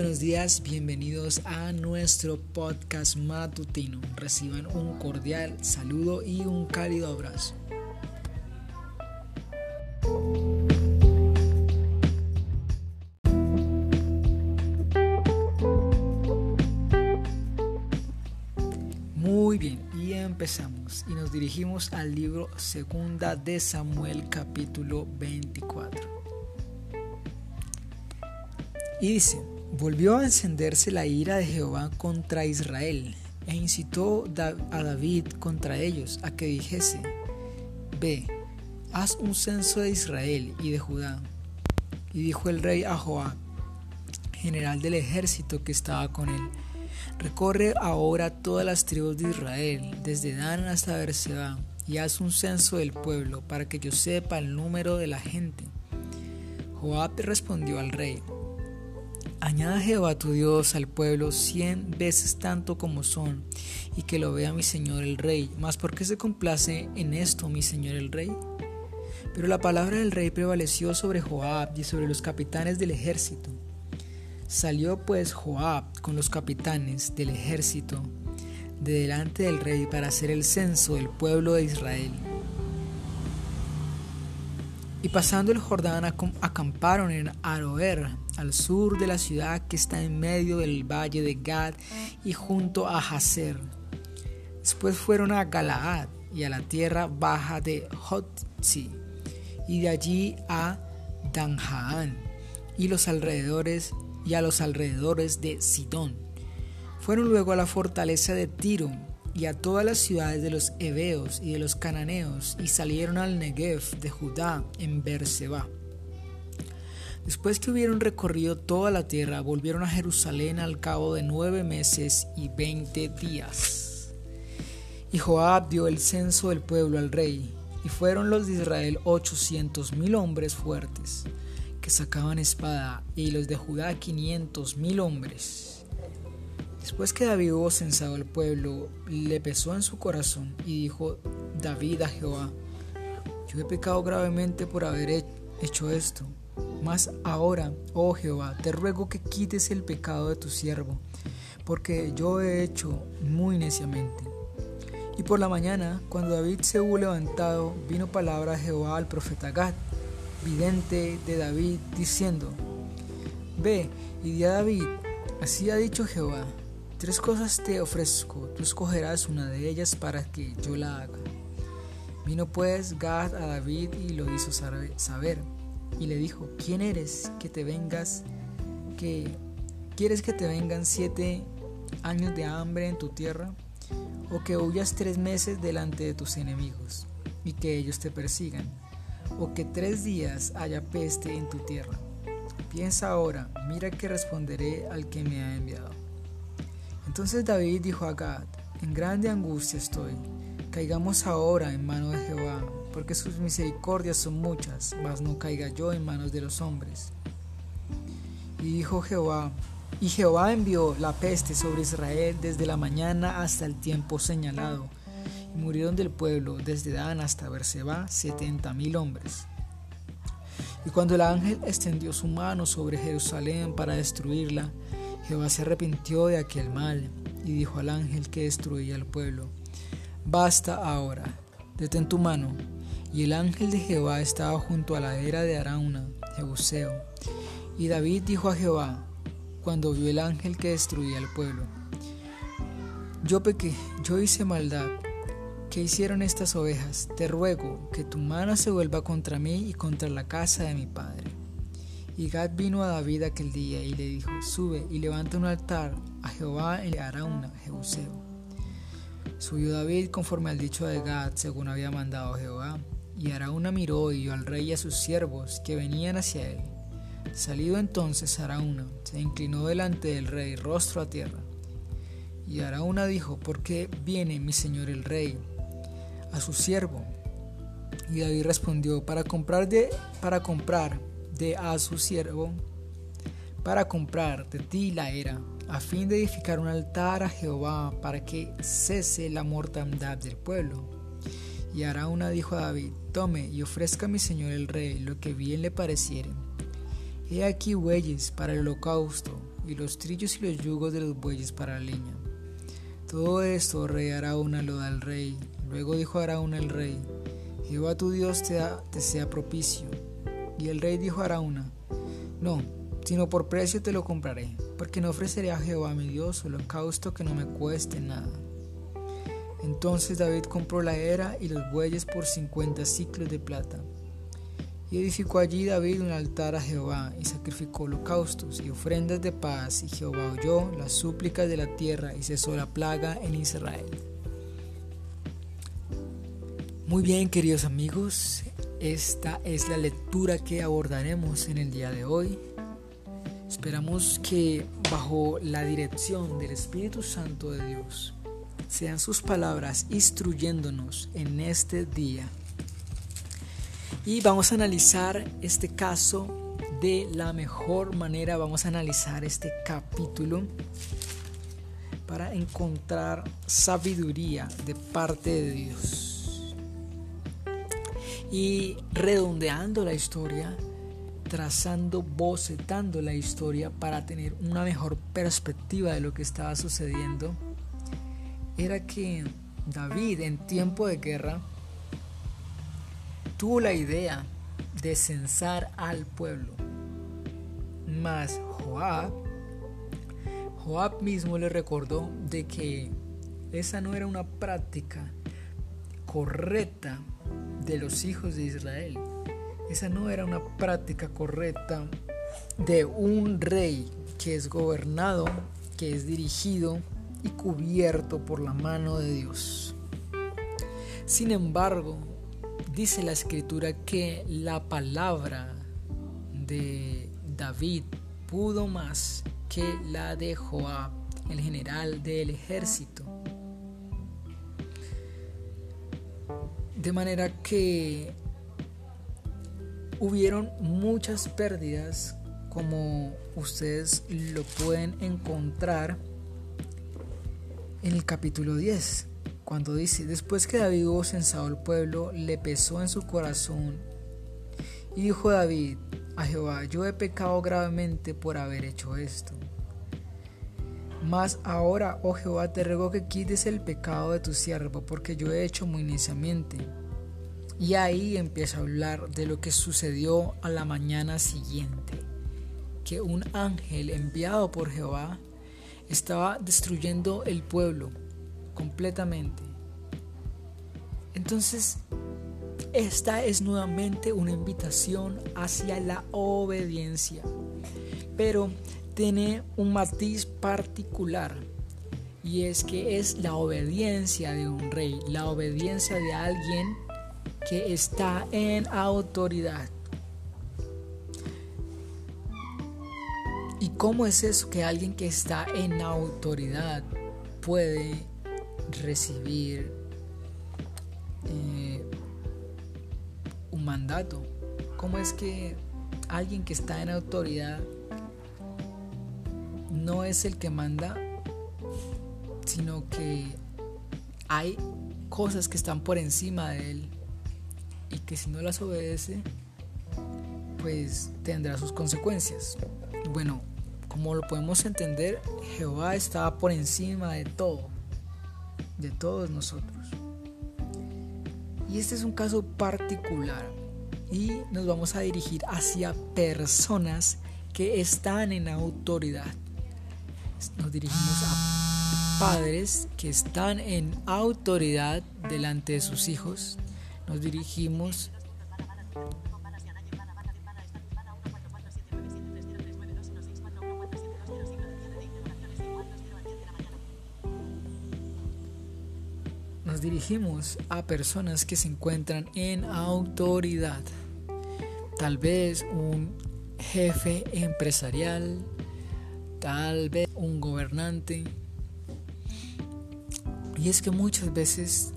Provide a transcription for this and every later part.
buenos días, bienvenidos a nuestro podcast matutino. Reciban un cordial saludo y un cálido abrazo. Muy bien, y empezamos y nos dirigimos al libro Segunda de Samuel capítulo 24. Y dice: volvió a encenderse la ira de Jehová contra Israel, e incitó a David contra ellos, a que dijese: Ve, haz un censo de Israel y de Judá. Y dijo el rey a Joab, general del ejército que estaba con él: recorre ahora todas las tribus de Israel, desde Dan hasta Beerseba, y haz un censo del pueblo, para que yo sepa el número de la gente. Joab respondió al rey: añada Jehová tu Dios al pueblo 100 veces tanto como son, y que lo vea mi señor el rey. Mas ¿por qué se complace en esto mi señor el rey? Pero la palabra del rey prevaleció sobre Joab y sobre los capitanes del ejército. Salió pues Joab con los capitanes del ejército de delante del rey para hacer el censo del pueblo de Israel. Y pasando el Jordán acamparon en Aroer, al sur de la ciudad que está en medio del valle de Gad y junto a Jazer. Después fueron a Galaad y a la tierra baja de Jotzi, y de allí a Danjaán y a los alrededores de Sidón. Fueron luego a la fortaleza de Tiro y a todas las ciudades de los heveos y de los cananeos, y salieron al Negev de Judá en Beerseba. Después que hubieron recorrido toda la tierra, volvieron a Jerusalén al cabo de 9 meses y 20 días. Y Joab dio el censo del pueblo al rey, y fueron los de Israel 800,000 hombres fuertes, que sacaban espada, y los de Judá 500,000 hombres. Después que David hubo censado al pueblo, le pesó en su corazón, y dijo David a Jehová: yo he pecado gravemente por haber hecho esto. Mas ahora, oh Jehová, te ruego que quites el pecado de tu siervo, porque yo he hecho muy neciamente. Y por la mañana, cuando David se hubo levantado, vino palabra de Jehová al profeta Gad, vidente de David, diciendo: ve y di a David, así ha dicho Jehová: 3 cosas te ofrezco, tú escogerás una de ellas para que yo la haga. Vino pues Gad a David y lo hizo saber, y le dijo: ¿quién eres que te vengas? ¿Quieres que te vengan 7 años de hambre en tu tierra? ¿O que huyas 3 meses delante de tus enemigos, y que ellos te persigan? ¿O que 3 días haya peste en tu tierra? Piensa ahora, mira que responderé al que me ha enviado. Entonces David dijo a Gad: en grande angustia estoy, caigamos ahora en mano de Jehová, porque sus misericordias son muchas, mas no caiga yo en manos de los hombres. Y dijo Jehová, y Jehová envió la peste sobre Israel desde la mañana hasta el tiempo señalado, y murieron del pueblo desde Dan hasta Beerseba 70,000 hombres. Y cuando el ángel extendió su mano sobre Jerusalén para destruirla, Jehová se arrepintió de aquel mal, y dijo al ángel que destruía al pueblo: basta ahora, detén tu mano. Y el ángel de Jehová estaba junto a la era de Arauna, Jebuseo. Y David dijo a Jehová, cuando vio el ángel que destruía al pueblo: yo pequé, yo hice maldad. ¿Qué hicieron estas ovejas? Te ruego que tu mano se vuelva contra mí y contra la casa de mi padre. Y Gad vino a David aquel día y le dijo: sube y levanta un altar a Jehová en Arauna, Jebuseo. Subió David conforme al dicho de Gad, según había mandado Jehová. Y Arauna miró y vio al rey y a sus siervos que venían hacia él. Salido entonces Arauna, se inclinó delante del rey, rostro a tierra. Y Arauna dijo: ¿por qué viene mi señor el rey a su siervo? Y David respondió: para comprar de su siervo, para comprar de ti la era, a fin de edificar un altar a Jehová, para que cese la mortandad del pueblo. Y Arauna dijo a David: tome y ofrezca a mi señor el rey lo que bien le pareciere. He aquí bueyes para el holocausto y los trillos y los yugos de los bueyes para la leña. Todo esto, rey Araúna, lo da el rey. Luego dijo Araúna el rey: Jehová tu Dios te sea propicio. Y el rey dijo a Araúna: No, sino por precio te lo compraré, porque no ofreceré a Jehová mi Dios holocausto que no me cueste nada. Entonces David compró la era y los bueyes por 50 siclos de plata. Y edificó allí David un altar a Jehová, y sacrificó holocaustos y ofrendas de paz, y Jehová oyó las súplicas de la tierra, y cesó la plaga en Israel. Muy bien, queridos amigos, esta es la lectura que abordaremos en el día de hoy. Esperamos que bajo la dirección del Espíritu Santo de Dios sean sus palabras instruyéndonos en este día. Y vamos a analizar este caso de la mejor manera. Vamos a analizar este capítulo para encontrar sabiduría de parte de Dios. Y redondeando la historia, trazando, bocetando la historia para tener una mejor perspectiva de lo que estaba sucediendo, era que David, en tiempo de guerra, tuvo la idea de censar al pueblo. Mas Joab mismo le recordó de que esa no era una práctica correcta de los hijos de Israel. Esa no era una práctica correcta de un rey que es gobernado, que es dirigido y cubierto por la mano de Dios. Sin embargo, dice la escritura que la palabra de David pudo más que la de Joab, el general del ejército. De manera que hubieron muchas pérdidas, como ustedes lo pueden encontrar en el capítulo 10. Cuando dice: después que David hubo censado al pueblo, le pesó en su corazón, y dijo David a Jehová: yo he pecado gravemente por haber hecho esto. Mas ahora, oh Jehová, te ruego que quites el pecado de tu siervo, porque yo he hecho muy neciamente. Y ahí empieza a hablar de lo que sucedió a la mañana siguiente, que un ángel enviado por Jehová estaba destruyendo el pueblo completamente. Entonces, esta es nuevamente una invitación hacia la obediencia, pero tiene un matiz particular, y es que es la obediencia de un rey, la obediencia de alguien que está en autoridad. ¿Y cómo es eso que alguien que está en autoridad puede recibir un mandato? ¿Cómo es que alguien que está en autoridad no es el que manda, sino que hay cosas que están por encima de él y que si no las obedece, pues tendrá sus consecuencias? Bueno, como lo podemos entender, Jehová estaba por encima de todo, de todos nosotros. Y este es un caso particular, y nos vamos a dirigir hacia personas que están en autoridad. Nos dirigimos a padres que están en autoridad delante de sus hijos. Nos dirigimos a personas que se encuentran en autoridad. Tal vez un jefe empresarial, tal vez un gobernante. Y es que muchas veces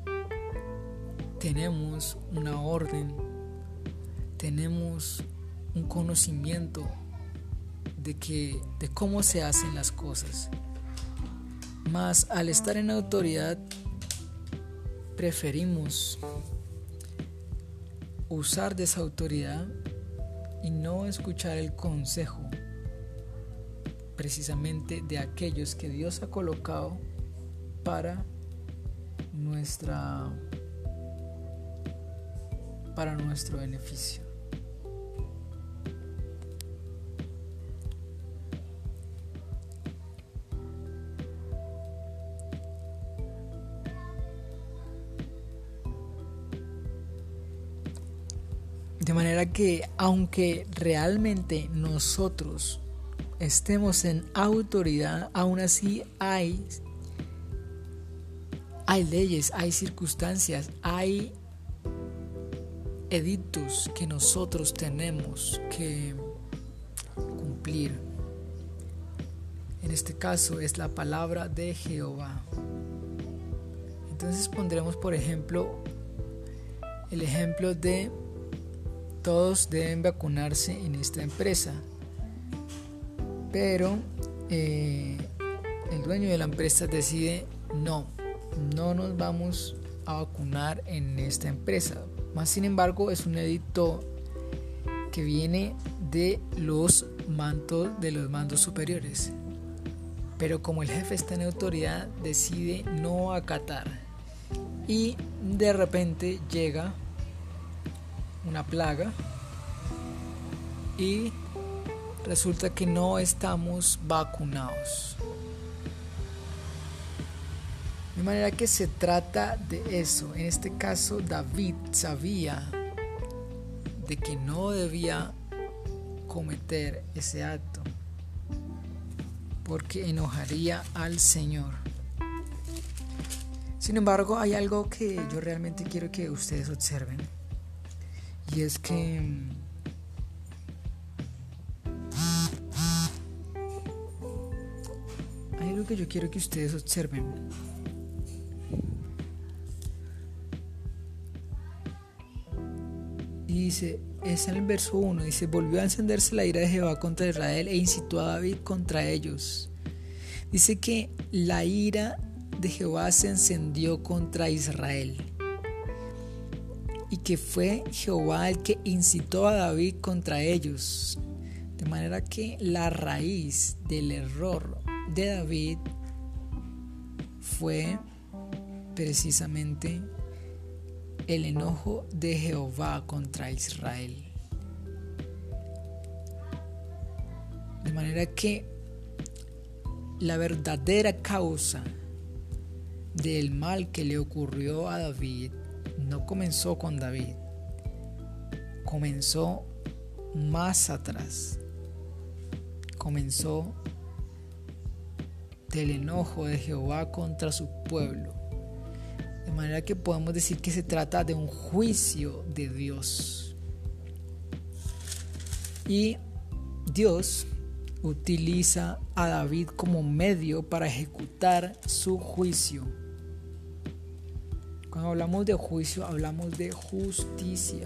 tenemos una orden, tenemos un conocimiento de cómo se hacen las cosas, mas al estar en autoridad preferimos usar de esa autoridad y no escuchar el consejo precisamente de aquellos que Dios ha colocado para nuestro beneficio. De manera que aunque realmente nosotros estemos en autoridad, aún así hay leyes, hay circunstancias, hay edictos que nosotros tenemos que cumplir. En este caso es la palabra de Jehová. Entonces pondremos, por ejemplo, el ejemplo de todos deben vacunarse en esta empresa, pero el dueño de la empresa decide no nos vamos a vacunar en esta empresa. Más sin embargo, es un edicto que viene de los mandos superiores, pero como el jefe está en autoridad, decide no acatar, y de repente llega una plaga y resulta que no estamos vacunados. De manera que se trata de eso. En este caso, David sabía de que no debía cometer ese acto porque enojaría al Señor. Sin embargo, hay algo que yo realmente quiero que ustedes observen, y es que hay algo que yo quiero que ustedes observen. Y dice, es en el verso 1, dice: volvió a encenderse la ira de Jehová contra Israel e incitó a David contra ellos. Dice que la ira de Jehová se encendió contra Israel, y que fue Jehová el que incitó a David contra ellos. De manera que la raíz del error de David fue precisamente el enojo de Jehová contra Israel. De manera que la verdadera causa del mal que le ocurrió a David no comenzó con David, comenzó más atrás, comenzó del enojo de Jehová contra su pueblo. De manera que podemos decir que se trata de un juicio de Dios. Y Dios utiliza a David como medio para ejecutar su juicio. Cuando hablamos de juicio, hablamos de justicia.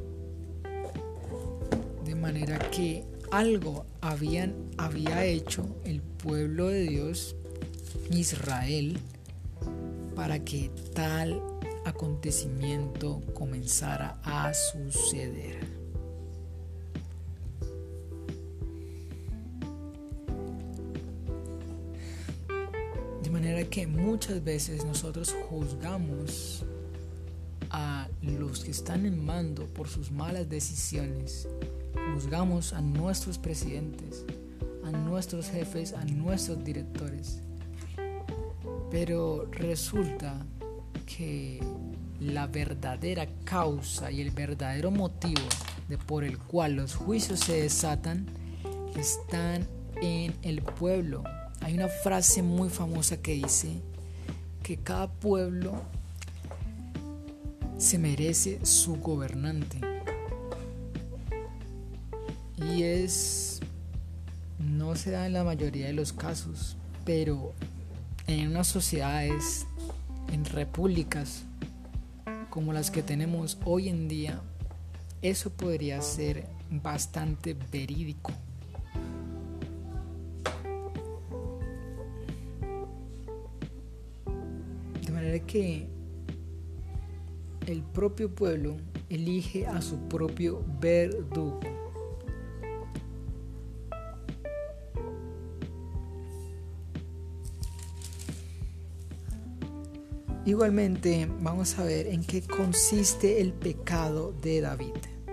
De manera que algo había hecho el pueblo de Dios, Israel, para que tal acontecimiento comenzara a suceder. De manera que muchas veces nosotros juzgamos a los que están en mando por sus malas decisiones, juzgamos a nuestros presidentes, a nuestros jefes, a nuestros directores. Pero resulta que la verdadera causa y el verdadero motivo por el cual los juicios se desatan están en el pueblo. Hay una frase muy famosa que dice que cada pueblo se merece su gobernante. Y no se da en la mayoría de los casos, pero en unas sociedades, en repúblicas como las que tenemos hoy en día, eso podría ser bastante verídico. De manera que el propio pueblo elige a su propio verdugo. Igualmente vamos a ver en qué consiste el pecado de David.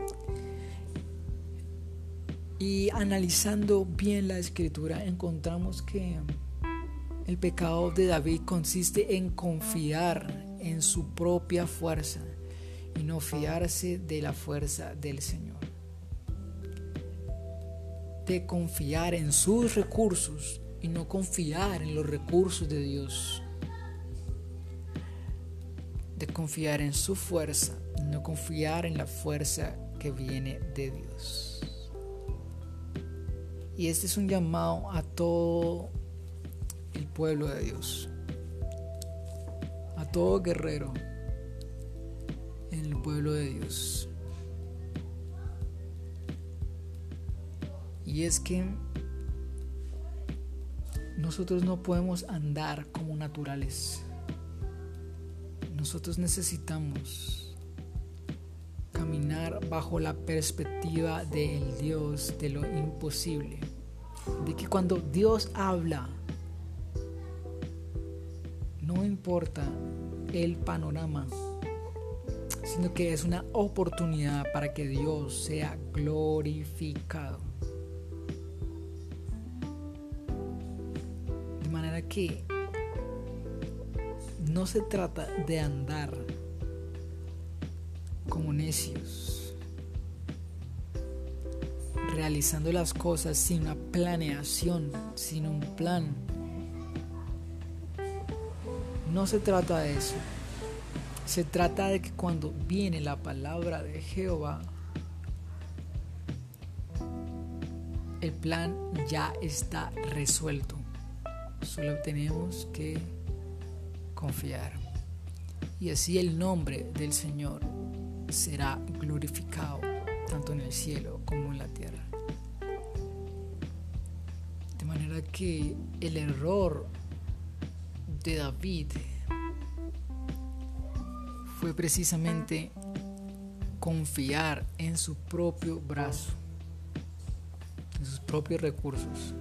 Y analizando bien la escritura encontramos que el pecado de David consiste en confiar en su propia fuerza y no fiarse de la fuerza del Señor. De confiar en sus recursos y no confiar en los recursos de Dios. De confiar en su fuerza y no confiar en la fuerza que viene de Dios. Y este es un llamado a todo el pueblo de Dios, a todo guerrero en el pueblo de Dios. Y es que nosotros no podemos andar como naturales. Nosotros necesitamos caminar bajo la perspectiva del Dios de lo imposible. De que cuando Dios habla, no importa el panorama, sino que es una oportunidad para que Dios sea glorificado. De manera que no se trata de andar como necios, realizando las cosas sin una planeación, sin un plan. No se trata de eso. Se trata de que cuando viene la palabra de Jehová, el plan ya está resuelto. Solo tenemos que confiar. Y así el nombre del Señor será glorificado tanto en el cielo como en la tierra. De manera que el error de David fue precisamente confiar en su propio brazo, en sus propios recursos.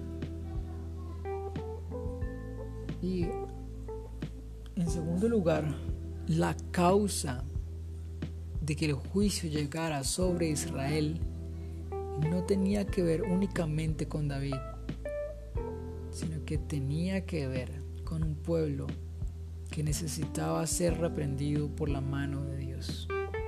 Y en segundo lugar, la causa de que el juicio llegara sobre Israel no tenía que ver únicamente con David, sino que tenía que ver con un pueblo que necesitaba ser reprendido por la mano de Dios.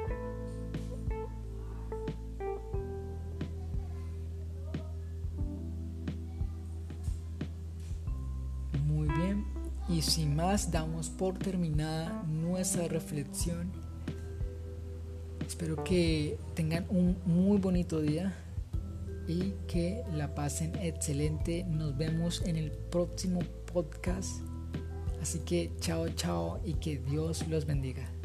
Muy bien, y sin más damos por terminada nuestra reflexión. Espero que tengan un muy bonito día y que la pasen excelente. Nos vemos en el próximo podcast. Así que chao y que Dios los bendiga.